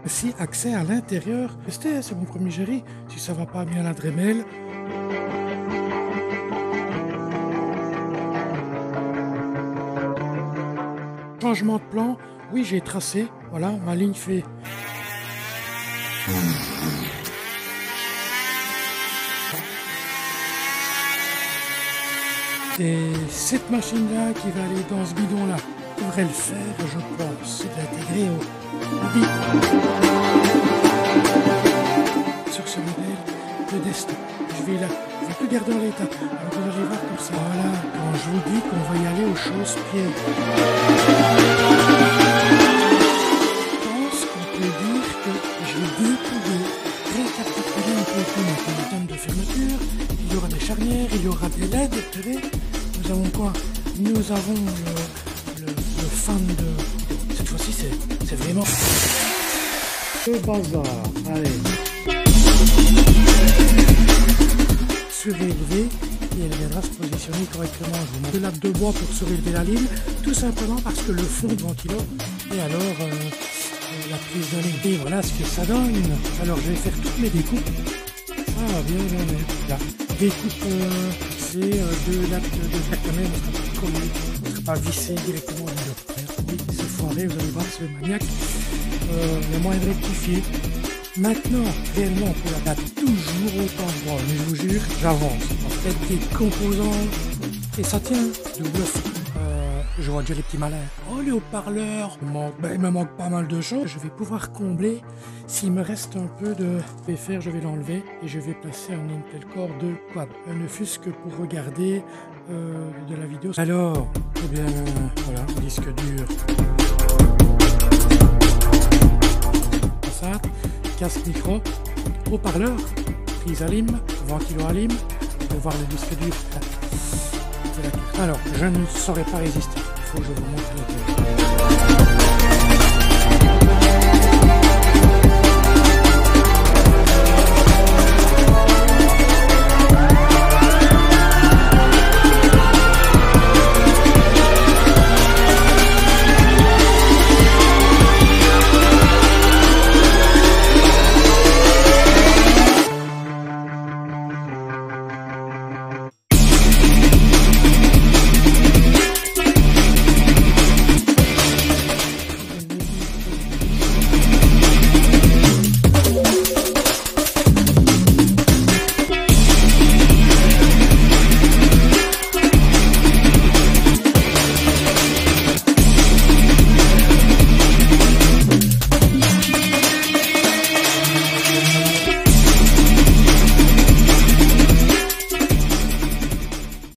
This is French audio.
aussi accès à l'intérieur. Testez, c'est mon premier géry. Si ça va pas bien la Dremel. Changement de plan, oui j'ai tracé, voilà, ma ligne fait. Et cette machine-là qui va aller dans ce bidon-là devrait le faire, je pense, c'est d'intégrer au bidon. Sur ce modèle de Destin, je vais tout garder en l'état. Alors vous allez voir comme ça. Voilà, quand je vous dis qu'on va y aller aux chausse-pieds. Je pense qu'on peut dire que j'ai deux pouvez récapituler un peu tout notre thème de fermeture. Il y aura des charnières, il y aura des LED. Vous savez, nous avons quoi? Nous avons le fan de... Cette fois-ci, c'est vraiment... Le bazar, allez. Surélevé et elle viendra se positionner correctement. Je vous montre le lap de bois pour surélever la ligne, tout simplement parce que le fond de ventilo et alors la prise de ligne. Et voilà ce que ça donne. Alors je vais faire toutes mes découpes. Ah bien, là. Découpe c'est deux laps de percamène, on ne sera pas collé, on ne sera pas vissé directement au milieu. Oui, c'est foiré, vous allez voir, c'est maniaque. Il y a moyen de rectifier. Maintenant, réellement, on peut la battre toujours autant de droit, mais je vous jure, j'avance. En fait, des composants, et ça tient de bluff. Je vois déjà les petits malins. Oh, les haut-parleurs, il me manque pas mal de choses. Je vais pouvoir combler. S'il me reste un peu de faire, je vais l'enlever et je vais passer un Intel Core 2 Quad. Ne fût-ce que pour regarder de la vidéo. Alors, eh bien, voilà, disque dur. Ça. Casque micro, haut-parleur, prise à lime, ventilo à lime, pour voir le disque dur. Alors, je ne saurais pas résister, il faut que je vous montre la tête.